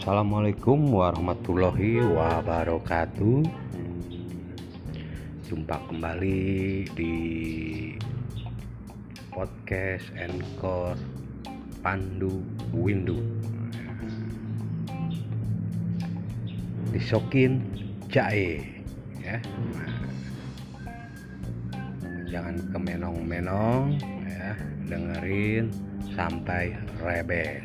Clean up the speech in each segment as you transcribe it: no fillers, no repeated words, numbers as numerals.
Assalamualaikum warahmatullahi wabarakatuh. Jumpa kembali di podcast Encore Pandu Windu. Disokin jae ya. Jangan kemenong-menong ya, dengerin sampai rebes.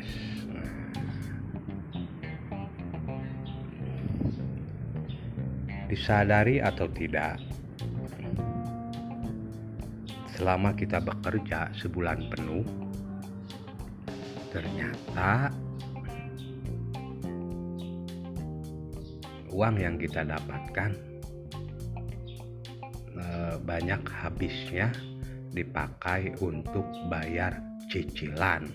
Disadari atau tidak, selama kita bekerja sebulan penuh, ternyata uang yang kita dapatkan banyak habisnya dipakai untuk bayar cicilan.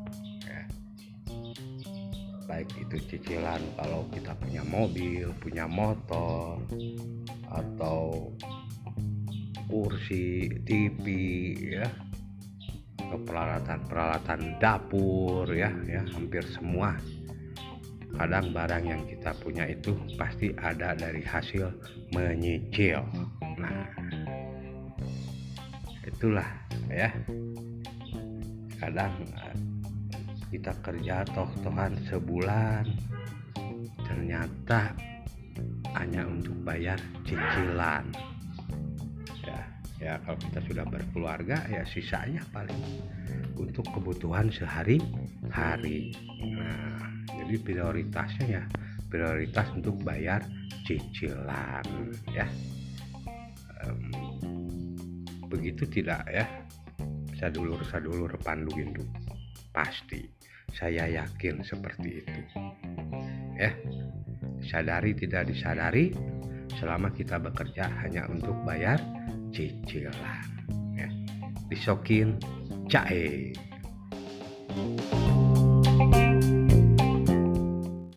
Baik itu cicilan kalau kita punya mobil, punya motor, atau kursi, TV ya, atau peralatan dapur ya, hampir semua. Kadang barang yang kita punya itu pasti ada dari hasil menyicil. Nah, itulah ya. Kadang kita kerja toh-tohan sebulan, ternyata hanya untuk bayar cicilan. Ya kalau kita sudah berkeluarga ya sisanya paling untuk kebutuhan sehari-hari. Nah, jadi prioritas untuk bayar cicilan ya. Begitu tidak ya, sadulur Pandu Windu? Pasti saya yakin seperti itu ya. Sadari tidak disadari, selama kita bekerja hanya untuk bayar cicilan ya. Disokin jae.